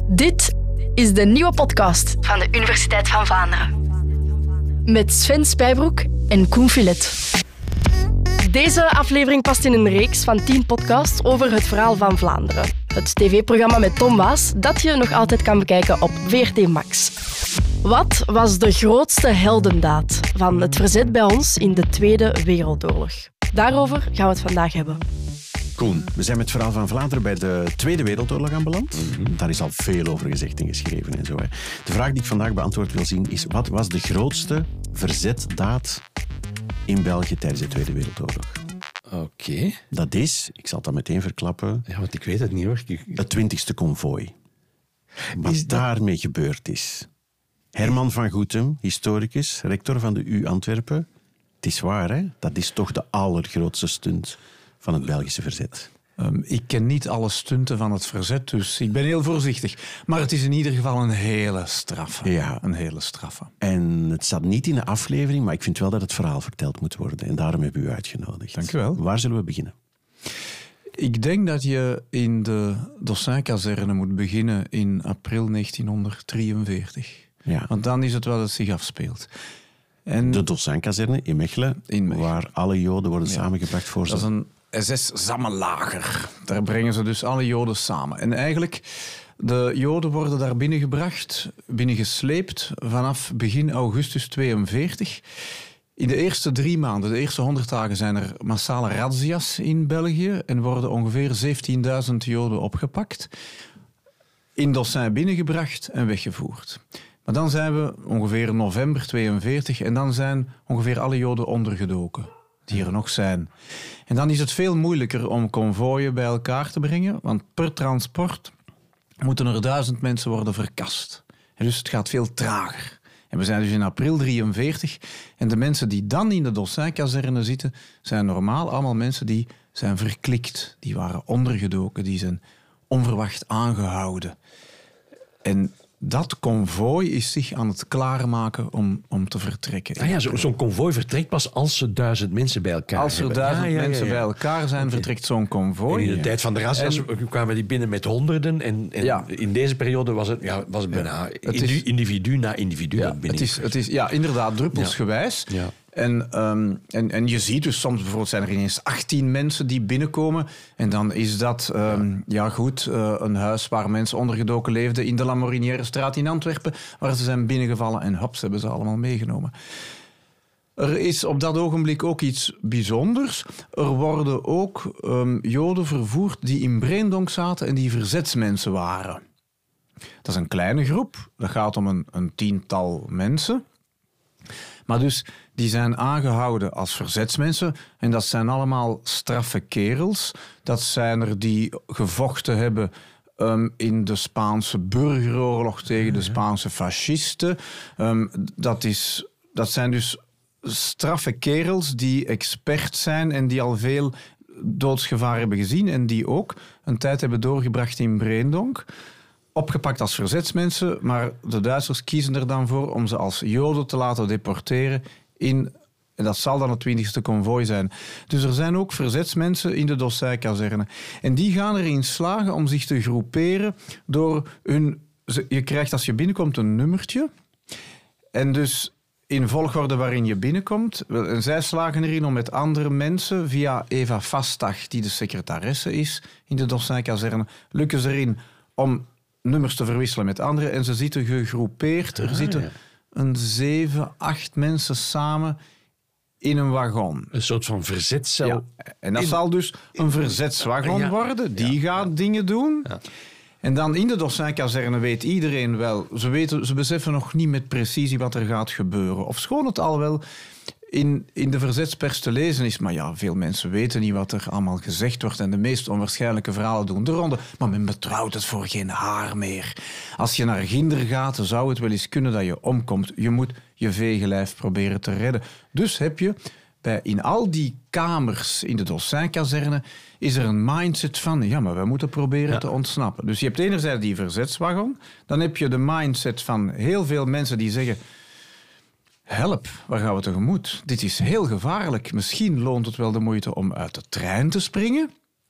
Dit is de nieuwe podcast van de Universiteit van Vlaanderen. Met Sven Spijbroek en Koen Filet. Deze aflevering past in een reeks van 10 podcasts over het verhaal van Vlaanderen. Het tv-programma met Tom Waas dat je nog altijd kan bekijken op VRT Max. Wat was de grootste heldendaad van het verzet bij ons in de Tweede Wereldoorlog? Daarover gaan we het vandaag hebben. Koen, we zijn met het verhaal van Vlaanderen bij de Tweede Wereldoorlog aanbeland. Daar is al veel over gezegd en geschreven en zo. Hè. De vraag die ik vandaag beantwoord wil zien is: wat was de grootste verzetdaad in België tijdens de Tweede Wereldoorlog? Oké. Dat is, ik zal dat meteen verklappen, Ja, want ik weet het niet hoor. het 20e konvooi. Wat daarmee gebeurd is. Herman van Goethem, historicus, rector van de U Antwerpen. Het is waar, hè? Dat is toch de allergrootste stunt van het Belgische verzet. Ik ken niet alle stunten van het verzet, dus ik ben heel voorzichtig. Maar het is in ieder geval een hele straffe. Ja. Een hele straffe. En het staat niet in de aflevering, maar ik vind wel dat het verhaal verteld moet worden. En daarom hebben we u uitgenodigd. Dank u wel. Waar zullen we beginnen? Ik denk dat je in de Dossin-kazerne moet beginnen in april 1943. Ja. Want dan is het wat het zich afspeelt. En De Dossin-kazerne in Mechelen, waar alle Joden worden samengebracht voor dat is ze. een SS-sammenlager. Daar brengen ze dus alle Joden samen. En eigenlijk, de Joden worden daar binnengesleept vanaf begin augustus 1942. In de eerste 3 maanden, de eerste 100 dagen, zijn er massale razzia's in België en worden ongeveer 17.000 Joden opgepakt, in Dossin binnengebracht en weggevoerd. Maar dan zijn we ongeveer november 1942 en dan zijn ongeveer alle Joden ondergedoken die er nog zijn. En dan is het veel moeilijker om konvooien bij elkaar te brengen, want per transport moeten er 1000 mensen worden verkast. En dus het gaat veel trager. En we zijn dus in april 1943 en de mensen die dan in de Dossin-kazerne zitten, zijn normaal allemaal mensen die zijn verklikt. Die waren ondergedoken, die zijn onverwacht aangehouden. En dat konvooi is zich aan het klaarmaken om te vertrekken. Ah ja, zo'n konvooi vertrekt pas als er 1000 mensen bij elkaar Als er hebben. 1000 mensen bij elkaar zijn, vertrekt zo'n konvooi. En in de tijd van de razzia's kwamen die binnen met honderden. En in deze periode was het bijna individu na individu. Ja, het is inderdaad druppelsgewijs. Ja. En je ziet dus soms bijvoorbeeld zijn er ineens 18 mensen die binnenkomen. En dan is dat een huis waar mensen ondergedoken leefden in de Lamorinière-straat in Antwerpen, waar ze zijn binnengevallen en hops, hebben ze allemaal meegenomen. Er is op dat ogenblik ook iets bijzonders. Er worden ook Joden vervoerd die in Breendonk zaten en die verzetsmensen waren. Dat is een kleine groep. Dat gaat om een 10-tal mensen. Maar dus, die zijn aangehouden als verzetsmensen. En dat zijn allemaal straffe kerels. Dat zijn er die gevochten hebben in de Spaanse burgeroorlog tegen de Spaanse fascisten. Dat zijn dus straffe kerels die expert zijn en die al veel doodsgevaar hebben gezien en die ook een tijd hebben doorgebracht in Breendonk. Opgepakt als verzetsmensen, maar de Duitsers kiezen er dan voor om ze als Joden te laten deporteren en dat zal dan het 20e konvooi zijn. Dus er zijn ook verzetsmensen in de Dossin-kazerne. En die gaan erin slagen om zich te groeperen door je krijgt als je binnenkomt een nummertje. En dus in volgorde waarin je binnenkomt. En zij slagen erin om met andere mensen, via Eva Vastag, die de secretaresse is in de Dossin-kazerne, lukken ze erin om nummers te verwisselen met anderen. En ze zitten gegroepeerd. Er zitten 7, 8 mensen samen in een wagon. Een soort van verzetcel. Ja. En dat zal dus een verzetswagon worden. Die gaat dingen doen. Ja. En dan in de Dossin-kazerne weet iedereen wel. Ze beseffen nog niet met precisie wat er gaat gebeuren. Ofschoon het al wel in de verzetspers te lezen is. Maar ja, veel mensen weten niet wat er allemaal gezegd wordt. En de meest onwaarschijnlijke verhalen doen de ronde. Maar men betrouwt het voor geen haar meer. Als je naar Ginder gaat, dan zou het wel eens kunnen dat je omkomt. Je moet je veegelijf proberen te redden. Dus heb je in al die kamers in de Dossin-kazerne is er een mindset van, ja, maar we moeten proberen te ontsnappen. Dus je hebt enerzijds die verzetswagon. Dan heb je de mindset van heel veel mensen die zeggen, help, waar gaan we tegemoet? Dit is heel gevaarlijk. Misschien loont het wel de moeite om uit de trein te springen.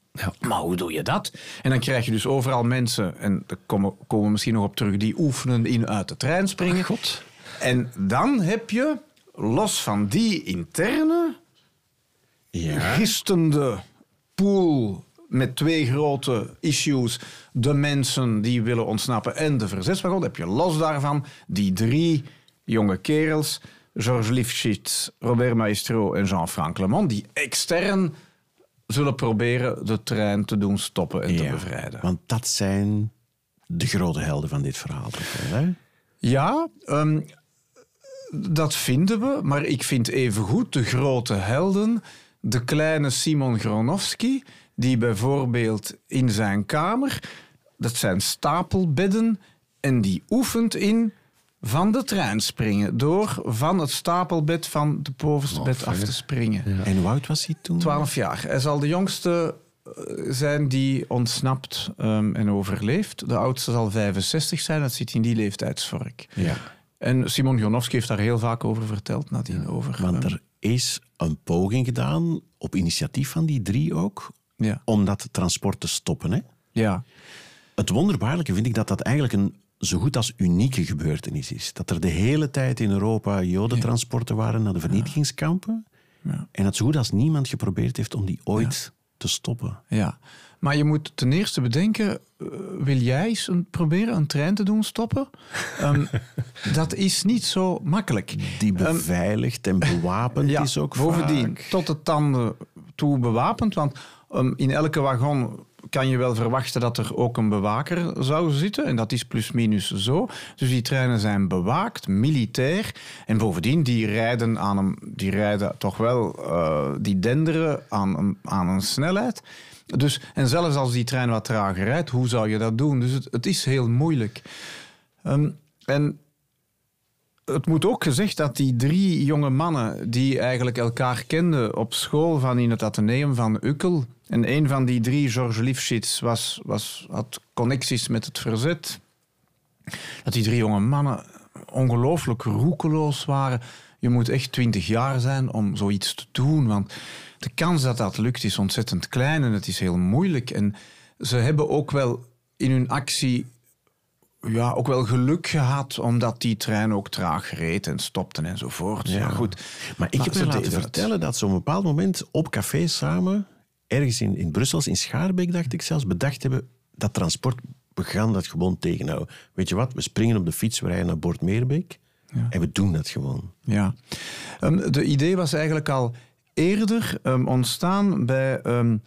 Ja. Maar hoe doe je dat? En dan krijg je dus overal mensen, en daar komen we misschien nog op terug, die oefenen in uit de trein springen. God. En dan heb je, los van die interne, gistende pool met 2 grote issues, de mensen die willen ontsnappen en de verzetswagon, heb je los daarvan die 3 jonge kerels, Georges Lifshitz, Robert Maestro en Jean-Franck Lemond, die extern zullen proberen de trein te doen stoppen en te bevrijden. Want dat zijn de grote helden van dit verhaal. Hè? Ja, dat vinden we. Maar ik vind evengoed de grote helden, de kleine Simon Gronowski, die bijvoorbeeld in zijn kamer, dat zijn stapelbedden, en die oefent in van de trein springen, door van het stapelbed van het bovenste bed af te springen. Ja. En hoe oud was hij toen? 12 jaar. Hij zal de jongste zijn die ontsnapt en overleeft. De oudste zal 65 zijn, dat zit in die leeftijdsvork. Ja. En Simon Gronowski heeft daar heel vaak over verteld nadien. Want er is een poging gedaan, op initiatief van die 3 ook, om dat transport te stoppen. Hè? Ja. Het wonderbaarlijke vind ik dat eigenlijk een zo goed als unieke gebeurtenis is. Dat er de hele tijd in Europa jodentransporten waren naar de vernietigingskampen. Ja. En dat zo goed als niemand geprobeerd heeft om die ooit te stoppen. Ja, maar je moet ten eerste bedenken, wil jij eens proberen een trein te doen stoppen? Dat is niet zo makkelijk. Die beveiligd en bewapend is ook bovendien, vaak. tot de tanden toe bewapend, want in elke wagon kan je wel verwachten dat er ook een bewaker zou zitten. En dat is plus minus zo. Dus die treinen zijn bewaakt, militair. En bovendien, die rijden toch wel, die denderen aan een snelheid. Dus, en zelfs als die trein wat trager rijdt, hoe zou je dat doen? Dus het is heel moeilijk. En het moet ook gezegd dat die 3 jonge mannen die eigenlijk elkaar kenden op school van in het Atheneum van Ukkel, en een van die 3, Georges Lifshitz, had connecties met het verzet, dat die 3 jonge mannen ongelooflijk roekeloos waren. Je moet echt 20 jaar zijn om zoiets te doen, want de kans dat dat lukt is ontzettend klein en het is heel moeilijk. En ze hebben ook wel in hun actie ook wel geluk gehad, omdat die trein ook traag reed en stopte enzovoort. Ja, goed. Maar ik heb me laten vertellen dat ze op een bepaald moment op café samen, ergens in Brussel, in Schaarbeek dacht ik zelfs, bedacht hebben dat transport, we gaan dat gewoon tegenhouden. Weet je wat, we springen op de fiets, we rijden naar Boortmeerbeek en we doen dat gewoon. Ja. De idee was eigenlijk al eerder ontstaan bij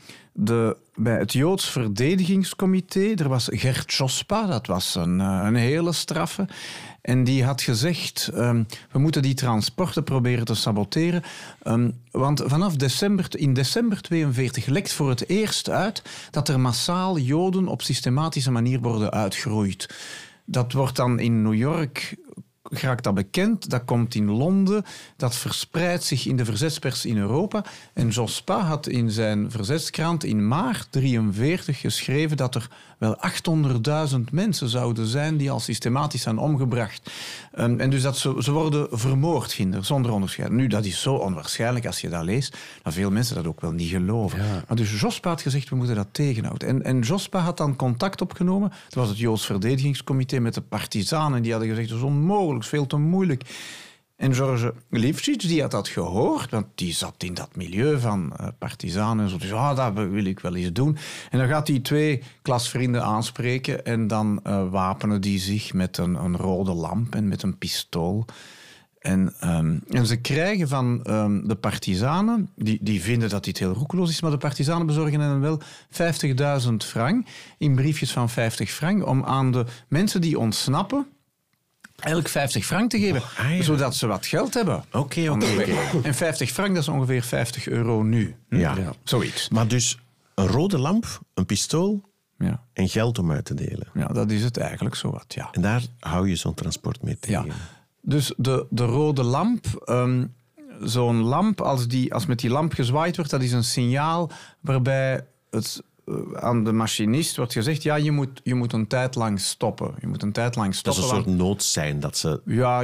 het Joods Verdedigingscomité. Er was Gert Jospa, dat was een hele straffe. En die had gezegd, we moeten die transporten proberen te saboteren. Want vanaf december 1942 lekt voor het eerst uit dat er massaal Joden op systematische manier worden uitgeroeid. Dat wordt dan in New York, geraakt dat bekend, dat komt in Londen, dat verspreidt zich in de verzetspers in Europa. En Jospa had in zijn verzetskrant in maart 1943 geschreven dat er wel 800.000 mensen zouden zijn die al systematisch zijn omgebracht. En dus dat ze worden vermoord, kinderen, zonder onderscheid. Nu, dat is zo onwaarschijnlijk als je dat leest, dat veel mensen dat ook wel niet geloven. Ja. Maar dus Jospa had gezegd, we moeten dat tegenhouden. En Jospa had dan contact opgenomen, dat was het Joods Verdedigingscomité, met de partizanen, en die hadden gezegd, dat is onmogelijk, veel te moeilijk. En Georges Lifshitz, die had dat gehoord, want die zat in dat milieu van partizanen en zo. Dus dat wil ik wel eens doen. En dan gaat hij 2 klasvrienden aanspreken en dan wapenen die zich met een rode lamp en met een pistool. En ze krijgen van de partizanen, die vinden dat dit heel roekeloos is, maar de partizanen bezorgen hen wel 50.000 frank in briefjes van 50 frank om aan de mensen die ontsnappen elk 50 frank te geven, zodat ze wat geld hebben. Oké. En 50 frank, dat is ongeveer €50 nu. Ja. Zoiets. Maar dus een rode lamp, een pistool en geld om uit te delen. Ja, dat is het eigenlijk zowat, ja. En daar hou je zo'n transport mee tegen. Ja. Dus de rode lamp, zo'n lamp, als met die lamp gezwaaid wordt, dat is een signaal waarbij aan de machinist wordt gezegd, ja, je moet een tijd lang stoppen. Je moet een tijd lang stoppen. Dat is een soort noodsein dat ze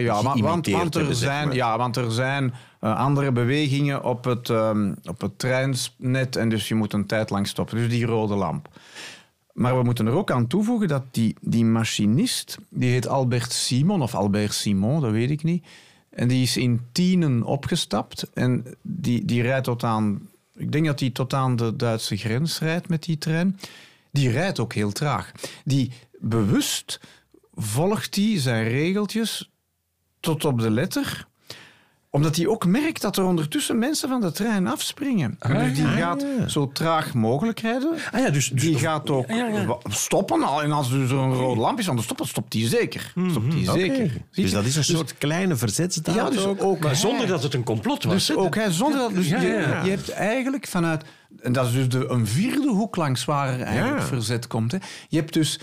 want er zijn andere bewegingen op het treinnet en dus je moet een tijd lang stoppen. Dus die rode lamp. Maar we moeten er ook aan toevoegen dat die machinist, die heet Albert Simon of Albert Simon, dat weet ik niet. En die is in Tienen opgestapt en die rijdt tot aan... Ik denk dat hij tot aan de Duitse grens rijdt met die trein. Die rijdt ook heel traag. Die bewust volgt hij zijn regeltjes tot op de letter, omdat hij ook merkt dat er ondertussen mensen van de trein afspringen. Dus die gaat zo traag mogelijk rijden. Die gaat ook stoppen. En als er zo'n rode lamp is aan de stoppen, stopt hij zeker. Dus dat is een soort kleine verzetsdaad. Ja, dus ook maar zonder dat het een complot was. Dus ook hij, zonder dat... Dus je hebt eigenlijk vanuit... En dat is dus een vierde hoek langs waar er eigenlijk verzet komt. Hè. Je hebt dus...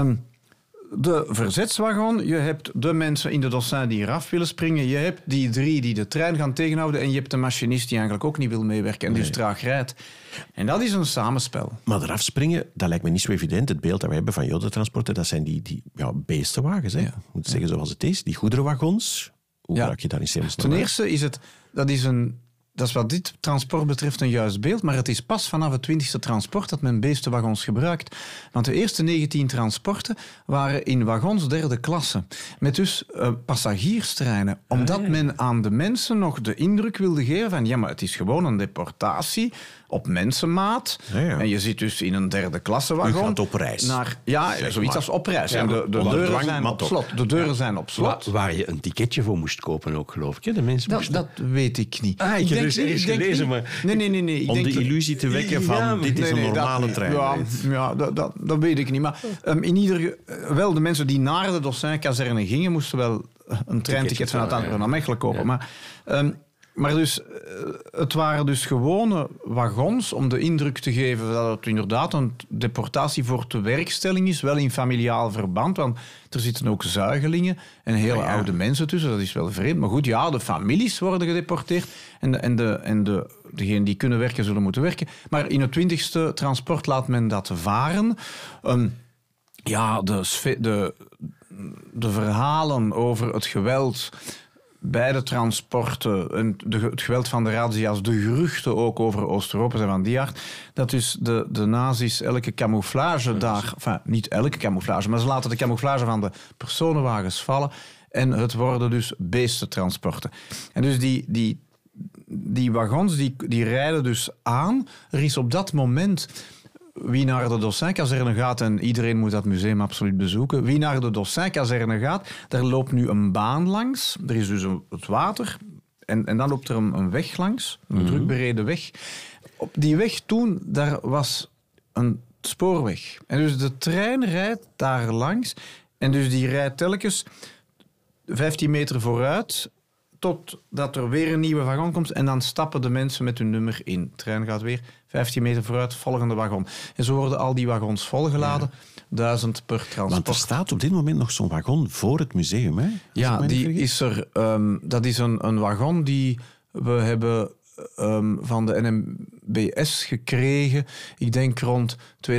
de verzetswagon, je hebt de mensen in de Dossin die eraf willen springen, je hebt die 3 die de trein gaan tegenhouden en je hebt de machinist die eigenlijk ook niet wil meewerken en dus traag rijdt. En dat is een samenspel. Maar eraf springen, dat lijkt me niet zo evident. Het beeld dat we hebben van jodentransporten, dat zijn die beestenwagens. Hè? Ik moet zeggen zoals het is. Die goederenwagons. Hoe raak je daar in hemelsnaam? Ten eerste dat is wat dit transport betreft een juist beeld, maar het is pas vanaf het 20e transport dat men beestenwagons gebruikt. Want de eerste 19 transporten waren in wagons 3e klasse. Met dus passagierstreinen. Omdat men aan de mensen nog de indruk wilde geven van ja, maar het is gewoon een deportatie op mensenmaat. En je zit dus in een 3e klasse wagon. U gaat op reis. Zoiets als op reis. En de deuren zijn op slot. De deuren zijn op slot. Waar je een ticketje voor moest kopen ook, geloof ik. Hè? De mensen dat weet ik niet. Ik heb dus eens gelezen, maar... Nee. Om de illusie te wekken van dit is een normale trein. Dat weet ik niet. Maar wel, de mensen die naar de Dossin-kazerne gingen, moesten wel een treinticket vanuit Antwerpen naar Mechelen kopen. Maar dus, het waren dus gewone wagons om de indruk te geven dat het inderdaad een deportatie voor tewerkstelling is, wel in familiaal verband, want er zitten ook zuigelingen en hele oude mensen tussen, dat is wel vreemd. Maar goed, de families worden gedeporteerd en degenen die kunnen werken, zullen moeten werken. Maar in het 20e transport laat men dat varen. De verhalen over het geweld bij de transporten, en het geweld van de razzia's, de geruchten ook over Oost-Europa zijn van die aard, dat dus de nazi's elke camouflage daar... Enfin, niet elke camouflage, maar ze laten de camouflage van de personenwagens vallen en het worden dus beestentransporten. En dus die wagons die rijden dus aan. Er is op dat moment... Wie naar de Dossin-kazerne gaat, en iedereen moet dat museum absoluut bezoeken, wie naar de Dossin-kazerne gaat, daar loopt nu een baan langs. Er is dus het water en dan loopt er een weg langs, een druk bereden weg. Op die weg toen, daar was een spoorweg. En dus de trein rijdt daar langs en dus die rijdt telkens 15 meter vooruit totdat er weer een nieuwe wagon komt en dan stappen de mensen met hun nummer in. De trein gaat weer 15 meter vooruit, volgende wagon. En zo worden al die wagons volgeladen, 1000 per transport. Want er staat op dit moment nog zo'n wagon voor het museum, hè? Ja, die is er. Dat is een wagon die we hebben van de NMBS gekregen. Ik denk rond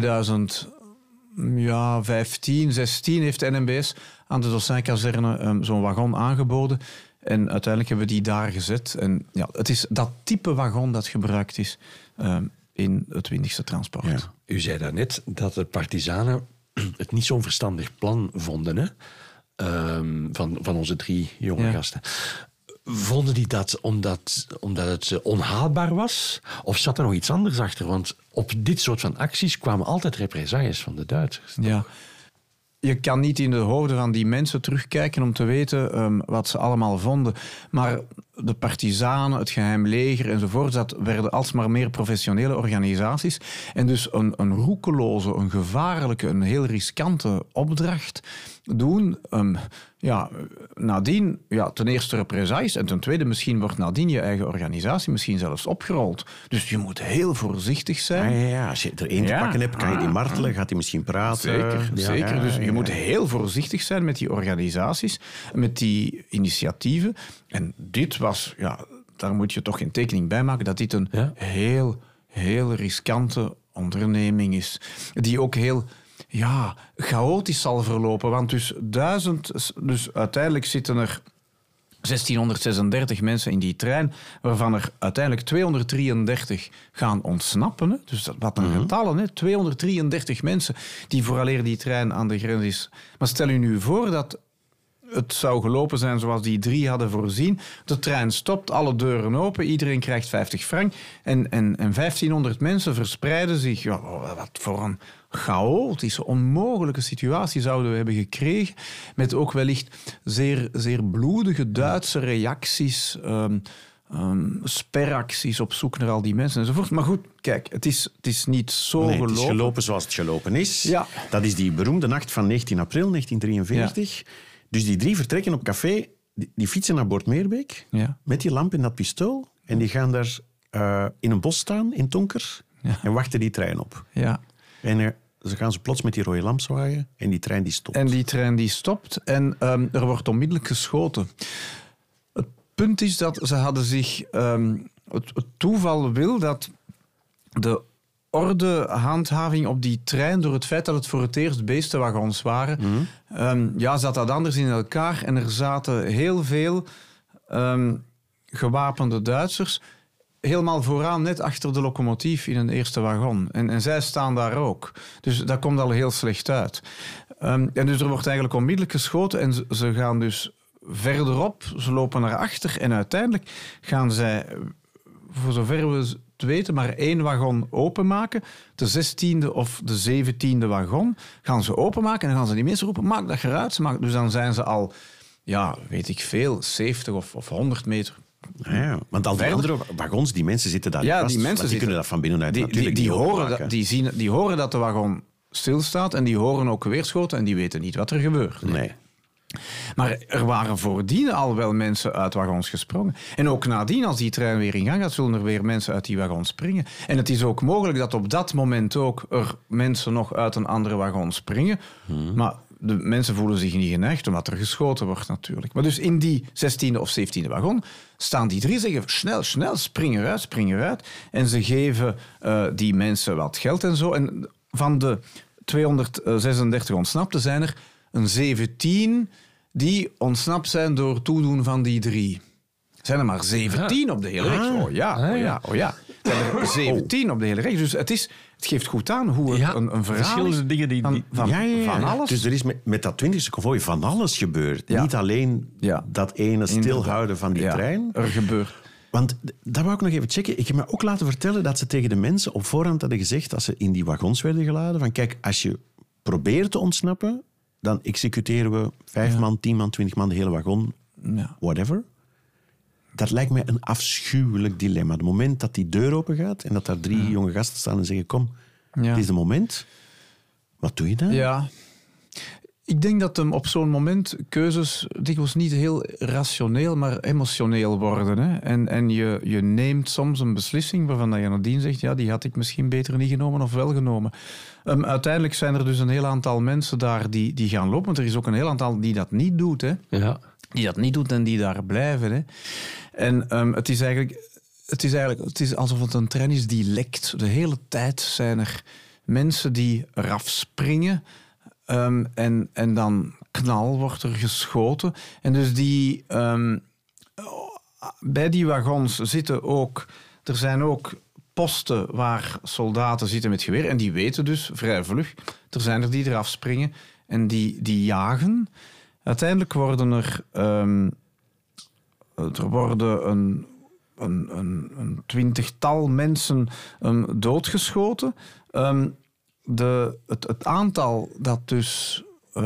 2015, 16 heeft de NMBS aan de Dossin-kazerne zo'n wagon aangeboden. En uiteindelijk hebben we die daar gezet. En ja, het is dat type wagon dat gebruikt is in het 20e transport. Ja. U zei daarnet dat de partizanen het niet zo'n verstandig plan vonden, hè? Van onze 3 jonge gasten. Vonden die dat omdat het onhaalbaar was? Of zat er nog iets anders achter? Want op dit soort van acties kwamen altijd represailles van de Duitsers. Ja. Je kan niet in de hoofden van die mensen terugkijken om te weten wat ze allemaal vonden. Maar de partizanen, het geheim leger enzovoort, dat werden alsmaar meer professionele organisaties. En dus een roekeloze, een gevaarlijke, een heel riskante opdracht doen. Nadien, ten eerste represailles en ten tweede misschien wordt nadien je eigen organisatie misschien zelfs opgerold. Dus je moet heel voorzichtig zijn. Als je er één te pakken hebt, kan je die martelen, gaat hij misschien praten. Zeker. Dus je moet heel voorzichtig zijn met die organisaties, met die initiatieven. En dit daar moet je toch geen tekening bij maken, dat dit een heel, heel riskante onderneming is die ook heel chaotisch zal verlopen. Want dus uiteindelijk zitten er 1636 mensen in die trein, waarvan er uiteindelijk 233 gaan ontsnappen. Hè? Dus wat een getallen, hè? 233 mensen die vooraleer die trein aan de grens is. Maar stel u nu voor dat het zou gelopen zijn zoals die 3 hadden voorzien. De trein stopt, alle deuren open, iedereen krijgt 50 frank. En 1500 mensen verspreiden zich. Ja, wat voor een chaotische, onmogelijke situatie zouden we hebben gekregen. Met ook wellicht zeer, zeer bloedige Duitse reacties, speracties op zoek naar al die mensen enzovoort. Maar goed, kijk, het is niet zo gelopen. Het is gelopen zoals het gelopen is. Ja. Dat is die beroemde nacht van 19 april 1943. Ja. Dus die 3 vertrekken op café, die fietsen naar Boortmeerbeek met die lamp en dat pistool. En die gaan daar in een bos staan, in Tonker, en wachten die trein op. Ja. En ze gaan plots met die rode lamp zwaaien en die trein die stopt. En die trein die stopt en er wordt onmiddellijk geschoten. Het punt is dat ze hadden zich... Het toeval wil dat de ordehandhaving op die trein, door het feit dat het voor het eerst beestenwagons waren, zat dat anders in elkaar. En er zaten heel veel gewapende Duitsers helemaal vooraan, net achter de locomotief in een eerste wagon. En zij staan daar ook. Dus dat komt al heel slecht uit. En dus er wordt eigenlijk onmiddellijk geschoten en ze gaan dus verderop. Ze lopen naar achter en uiteindelijk gaan zij, voor zover we het weten, maar 1 wagon openmaken. De 16e of de 17e wagon gaan ze openmaken en dan gaan ze die mensen roepen, maak dat geruit. Dus dan zijn ze al, weet ik veel, 70 of 100 meter. Ja, want al die andere wagons, die mensen zitten daar vast. Die kunnen dat van binnenuit natuurlijk die horen dat de wagon stilstaat en die horen ook geweerschoten en die weten niet wat er gebeurt. Nee. Maar er waren voordien al wel mensen uit wagons gesprongen. En ook nadien, als die trein weer in gang gaat, zullen er weer mensen uit die wagon springen. En het is ook mogelijk dat op dat moment ook er mensen nog uit een andere wagon springen. Maar de mensen voelen zich niet geneigd, omdat er geschoten wordt natuurlijk. Maar dus in die 16e of 17e wagon staan die 3 zeggen, snel, spring eruit. En ze geven die mensen wat geld en zo. En van de 236 ontsnapten zijn er een 17 die ontsnapt zijn door toedoen van die 3. Zijn er maar 17 op de hele reeks. Oh ja. Zijn er 17 op de hele reeks. Dus het geeft goed aan hoe een verhaal verschillende dingen van alles. Dus er is met dat 20e konvooi van alles gebeurd. Ja. Niet alleen dat ene stilhouden van die trein. Er gebeurt. Want dat wou ik nog even checken. Ik heb me ook laten vertellen dat ze tegen de mensen op voorhand hadden gezegd, als ze in die wagons werden geladen, van kijk, als je probeert te ontsnappen, dan executeren we 5 man, 10 man, 20 man, de hele wagon, whatever. Dat lijkt mij een afschuwelijk dilemma. Het moment dat die deur open gaat en dat daar 3 jonge gasten staan en zeggen, kom, dit is het moment. Wat doe je dan? Ja. Ik denk dat op zo'n moment keuzes dikwijls niet heel rationeel, maar emotioneel worden. Hè? En je neemt soms een beslissing waarvan je nadien zegt, die had ik misschien beter niet genomen of wel genomen. Uiteindelijk zijn er dus een heel aantal mensen daar die gaan lopen. Want er is ook een heel aantal die dat niet doet. Hè? Ja. Die dat niet doet en die daar blijven. Hè? En het is alsof het een trein is die lekt. De hele tijd zijn er mensen die eraf springen. En dan knal wordt er geschoten. En dus bij die wagons zitten ook... Er zijn ook posten waar soldaten zitten met geweer. En die weten dus vrij vlug. Er zijn er die eraf springen en die jagen. Uiteindelijk worden er worden een 20-tal mensen doodgeschoten. Het aantal dat dus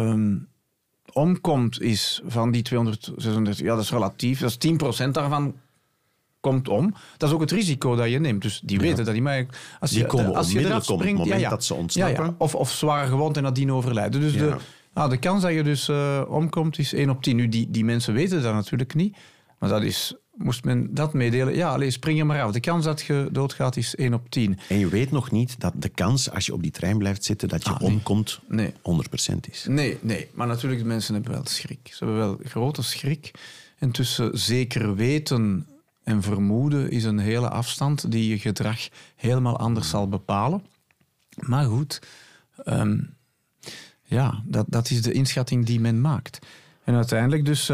omkomt is van die 236... Ja, dat is relatief. Dat is 10% daarvan komt om. Dat is ook het risico dat je neemt. Dus die weten dat die... Maar als je eraf springt, op het moment dat ze ontsnappen. Of zwaar gewond en nadien overlijden. Dus de kans dat je dus omkomt is 1 op 10. Nu, die mensen weten dat natuurlijk niet. Maar dat is... Moest men dat meedelen? Ja, spring er maar af. De kans dat je doodgaat is 1 op 10. En je weet nog niet dat de kans, als je op die trein blijft zitten, dat je omkomt 100% is. Nee. Maar natuurlijk, de mensen hebben wel schrik. Ze hebben wel grote schrik. En tussen zeker weten en vermoeden is een hele afstand die je gedrag helemaal anders zal bepalen. Maar goed, dat is de inschatting die men maakt. En uiteindelijk dus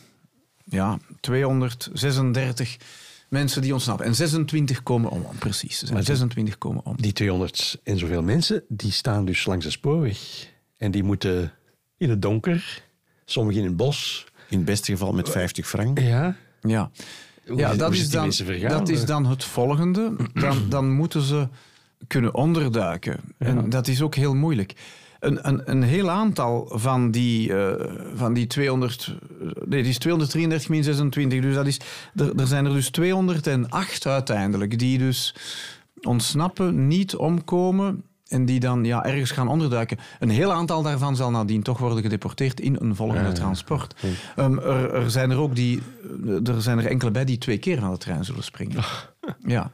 236 mensen die ontsnappen. En 26 komen om, precies. 26 komen om. Die 200 en zoveel mensen, die staan dus langs de spoorweg. En die moeten in het donker, sommigen in het bos. In het beste geval met 50 frank. Ja. Ja. Dat is dan het volgende. Dan moeten ze kunnen onderdduiken. Ja. En dat is ook heel moeilijk. Een heel aantal van die 200... Nee, die is 233 min 26. Dus dat is, er zijn er dus 208 uiteindelijk die dus ontsnappen, niet omkomen en die dan ergens gaan onderduiken. Een heel aantal daarvan zal nadien toch worden gedeporteerd in een volgende transport. Er zijn er enkele bij die 2 keer van de trein zullen springen. Ja.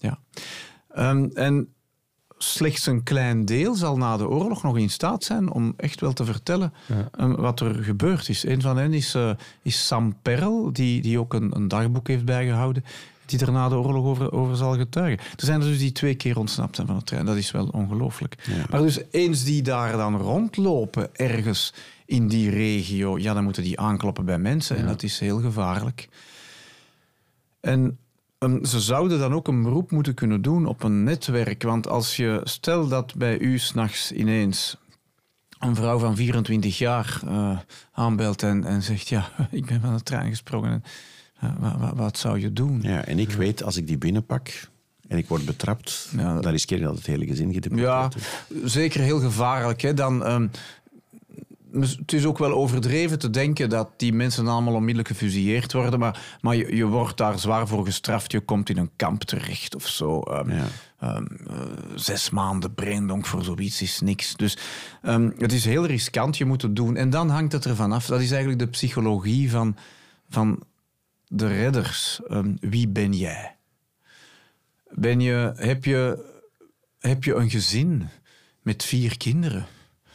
En slechts een klein deel zal na de oorlog nog in staat zijn om echt wel te vertellen wat er gebeurd is. Een van hen is Sam Perl, die ook een dagboek heeft bijgehouden, die er na de oorlog over zal getuigen. Er zijn er dus die 2 keer ontsnapt zijn van de trein. Dat is wel ongelooflijk. Ja. Maar dus eens die daar dan rondlopen ergens in die regio, dan moeten die aankloppen bij mensen. En dat is heel gevaarlijk. En ze zouden dan ook een beroep moeten kunnen doen op een netwerk. Want als je, stel dat bij u 's nachts ineens een vrouw van 24 jaar aanbelt en zegt, ik ben van de trein gesprongen. Wat zou je doen? Ja, en ik weet, als ik die binnenpak en ik word betrapt, dan riskeer je dat het hele gezin gedeporteerd wordt. Ja, zeker heel gevaarlijk. Hè. Het is ook wel overdreven te denken dat die mensen allemaal onmiddellijk gefusilleerd worden, maar je wordt daar zwaar voor gestraft. Je komt in een kamp terecht of zo. 6 maanden braindonk voor zoiets is niks. Dus het is heel riskant, je moet het doen. En dan hangt het ervan af. Dat is eigenlijk de psychologie van de redders. Wie ben jij? Heb je een gezin met 4 kinderen?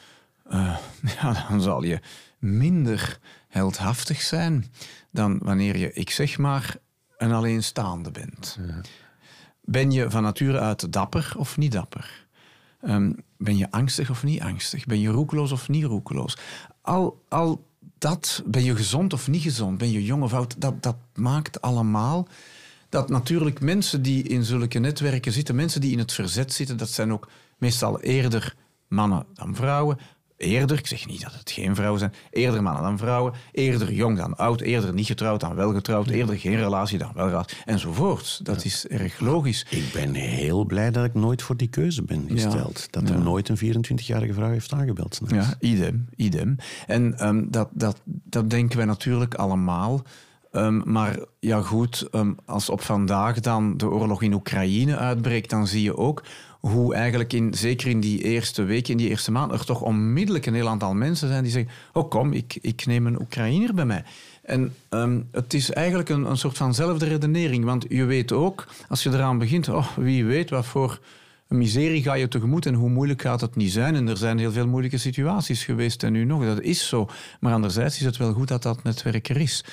Dan zal je minder heldhaftig zijn dan wanneer je, ik zeg maar, een alleenstaande bent. Ja. Ben je van nature uit dapper of niet dapper? Ben je angstig of niet angstig? Ben je roekeloos of niet roekeloos? Al dat, ben je gezond of niet gezond? Ben je jong of oud? Dat maakt allemaal dat natuurlijk mensen die in zulke netwerken zitten, mensen die in het verzet zitten, dat zijn ook meestal eerder mannen dan vrouwen. Eerder, ik zeg niet dat het geen vrouwen zijn, eerder mannen dan vrouwen, eerder jong dan oud, eerder niet getrouwd dan wel getrouwd, eerder geen relatie dan wel relatie, enzovoort. Dat is erg logisch. Ik ben heel blij dat ik nooit voor die keuze ben gesteld. Dat er nooit een 24-jarige vrouw heeft aangebeld. S'nachts. Ja, idem. En dat denken wij natuurlijk allemaal. Maar ja goed, als op vandaag dan de oorlog in Oekraïne uitbreekt, dan zie je ook hoe eigenlijk zeker in die eerste week, in die eerste maand, er toch onmiddellijk een heel aantal mensen zijn die zeggen, oh kom, ik neem een Oekraïner bij mij. En het is eigenlijk een soort vanzelfde redenering, want je weet ook, als je eraan begint, wie weet wat voor een miserie ga je tegemoet en hoe moeilijk gaat het niet zijn. En er zijn heel veel moeilijke situaties geweest en nu nog, dat is zo. Maar anderzijds is het wel goed dat dat netwerk er is.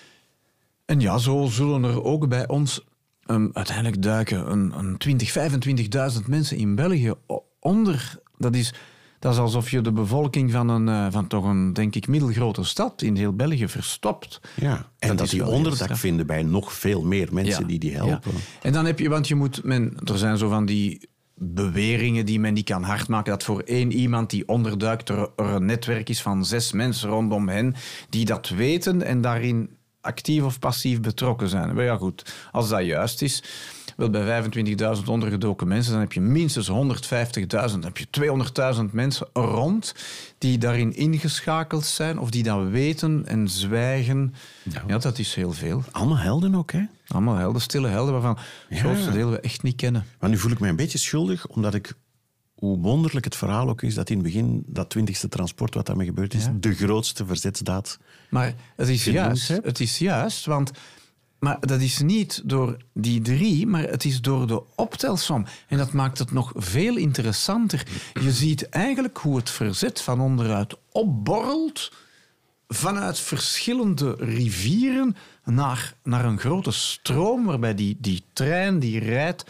En ja, zo zullen er ook bij ons uiteindelijk duiken een 25.000 mensen in België onder. Dat is alsof je de bevolking van toch een, denk ik, middelgrote stad in heel België verstopt. Ja, en dat die onderdak vinden bij nog veel meer mensen die helpen. Ja. En dan heb je, want er zijn zo van die beweringen die men niet kan hardmaken, dat voor 1 iemand die onderduikt er een netwerk is van 6 mensen rondom hen die dat weten en daarin actief of passief betrokken zijn. Maar ja goed, als dat juist is, wel bij 25.000 ondergedoken mensen, dan heb je minstens 150.000, dan heb je 200.000 mensen rond die daarin ingeschakeld zijn of die dat weten en zwijgen. Ja, dat is heel veel. Allemaal helden ook, hè? Allemaal helden, stille helden, waarvan het grootste deel we echt niet kennen. Maar nu voel ik me een beetje schuldig, omdat ik, hoe wonderlijk het verhaal ook is, dat in het begin, dat 20e transport wat daarmee gebeurd is, de grootste verzetsdaad. Maar het is juist, want maar dat is niet door die 3, maar het is door de optelsom. En dat maakt het nog veel interessanter. Je ziet eigenlijk hoe het verzet van onderuit opborrelt vanuit verschillende rivieren naar een grote stroom, waarbij die trein die rijdt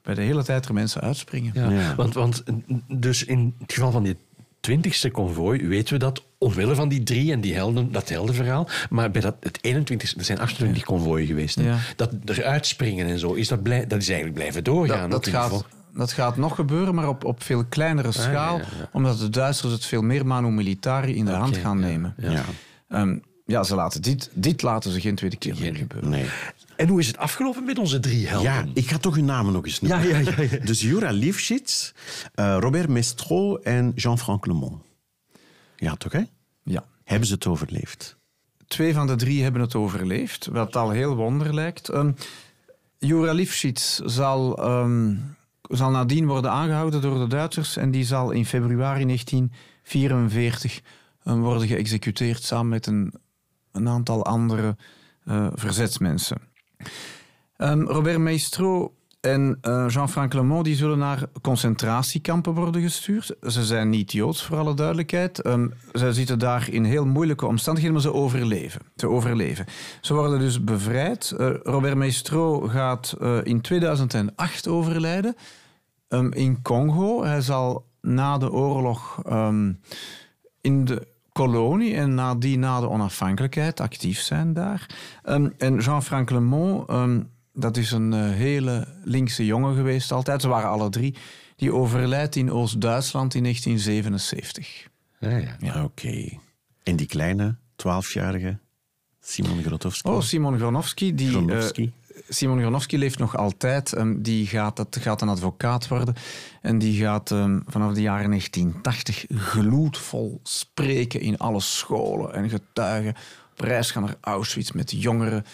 bij de hele tijd er mensen uitspringen. Ja. Ja. Want dus in het geval van die 20e konvooi weten we dat omwille van die 3 en dat heldenverhaal. Maar bij het 21e, er zijn 28 konvooien geweest. Hè? Ja. Dat eruit springen en zo, dat is eigenlijk blijven doorgaan. Dat gaat nog gebeuren, maar op veel kleinere schaal. ja. Omdat de Duitsers het veel meer manu militari in de hand gaan nemen. Ja. Ze laten dit laten ze geen tweede keer meer gebeuren. Nee. En hoe is het afgelopen met onze 3 helden? Ja, ik ga toch hun namen nog eens noemen. Ja. Dus Jura Lifshitz, Robert Mestro en Jean-Franck Lemont. Ja, toch, hè? Ja. Hebben ze het overleefd? 2 van de 3 hebben het overleefd, wat al heel wonder lijkt. Jura Lifshitz zal nadien worden aangehouden door de Duitsers en die zal in februari 1944 worden geëxecuteerd samen met een aantal andere verzetsmensen. Robert Mestro en Jean-Franck Lemont die zullen naar concentratiekampen worden gestuurd. Ze zijn niet Joods, voor alle duidelijkheid. Ze zitten daar in heel moeilijke omstandigheden, maar ze overleven. Ze worden dus bevrijd. Robert Mestro gaat in 2008 overlijden in Congo. Hij zal na de oorlog in de kolonie en na de onafhankelijkheid actief zijn daar. En Jean-Franck Lemont, dat is een hele linkse jongen geweest altijd. Ze waren alle 3. Die overlijdt in Oost-Duitsland in 1977. Ja. Oké. En die kleine, 12-jarige Simon Grotowski? Simon Gronowski. Simon Gronowski leeft nog altijd. Die gaat een advocaat worden. En die gaat vanaf de jaren 1980 gloedvol spreken in alle scholen en getuigen. Op reis gaan naar Auschwitz met jongeren.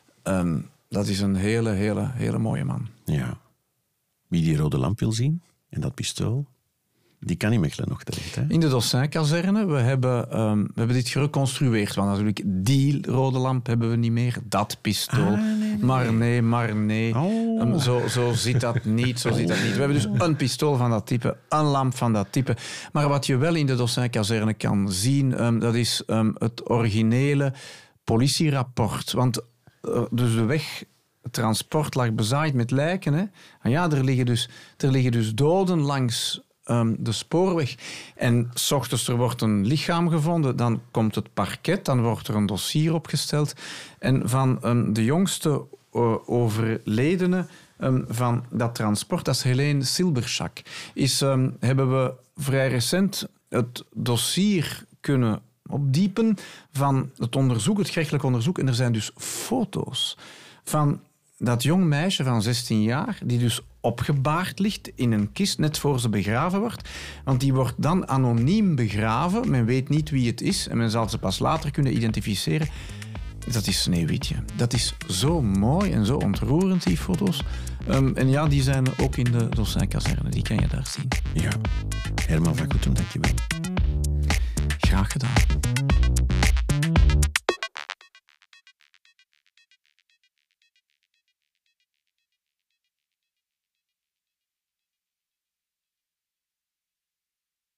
Dat is een hele mooie man. Ja. Wie die rode lamp wil zien en dat pistool, die kan in Mechelen nog terecht. Hè? In de Dossin-kazerne. We hebben dit gereconstrueerd. Want natuurlijk, die rode lamp hebben we niet meer. Dat pistool. Nee. Maar nee. Oh. Zo zit dat niet. We hebben dus een pistool van dat type. Een lamp van dat type. Maar wat je wel in de Dossin-kazerne kan zien, dat is het originele politierapport. Want dus de weg... Het transport lag bezaaid met lijken. Hè? En ja, er liggen dus doden langs de spoorweg. En 's ochtends er wordt een lichaam gevonden, dan komt het parket, dan wordt er een dossier opgesteld. En van de jongste overledene van dat transport, dat is Helene Silberschak, hebben we vrij recent het dossier kunnen opdiepen van het gerechtelijk onderzoek. En er zijn dus foto's van dat jong meisje van 16 jaar, die dus opgebaard ligt in een kist net voor ze begraven wordt. Want die wordt dan anoniem begraven. Men weet niet wie het is en men zal ze pas later kunnen identificeren. Dat is Sneeuwwitje. Dat is zo mooi en zo ontroerend, die foto's. En ja, die zijn ook in de Dossin-kazerne. Die kan je daar zien. Ja. Herman van Koetem, dankjewel. Graag gedaan.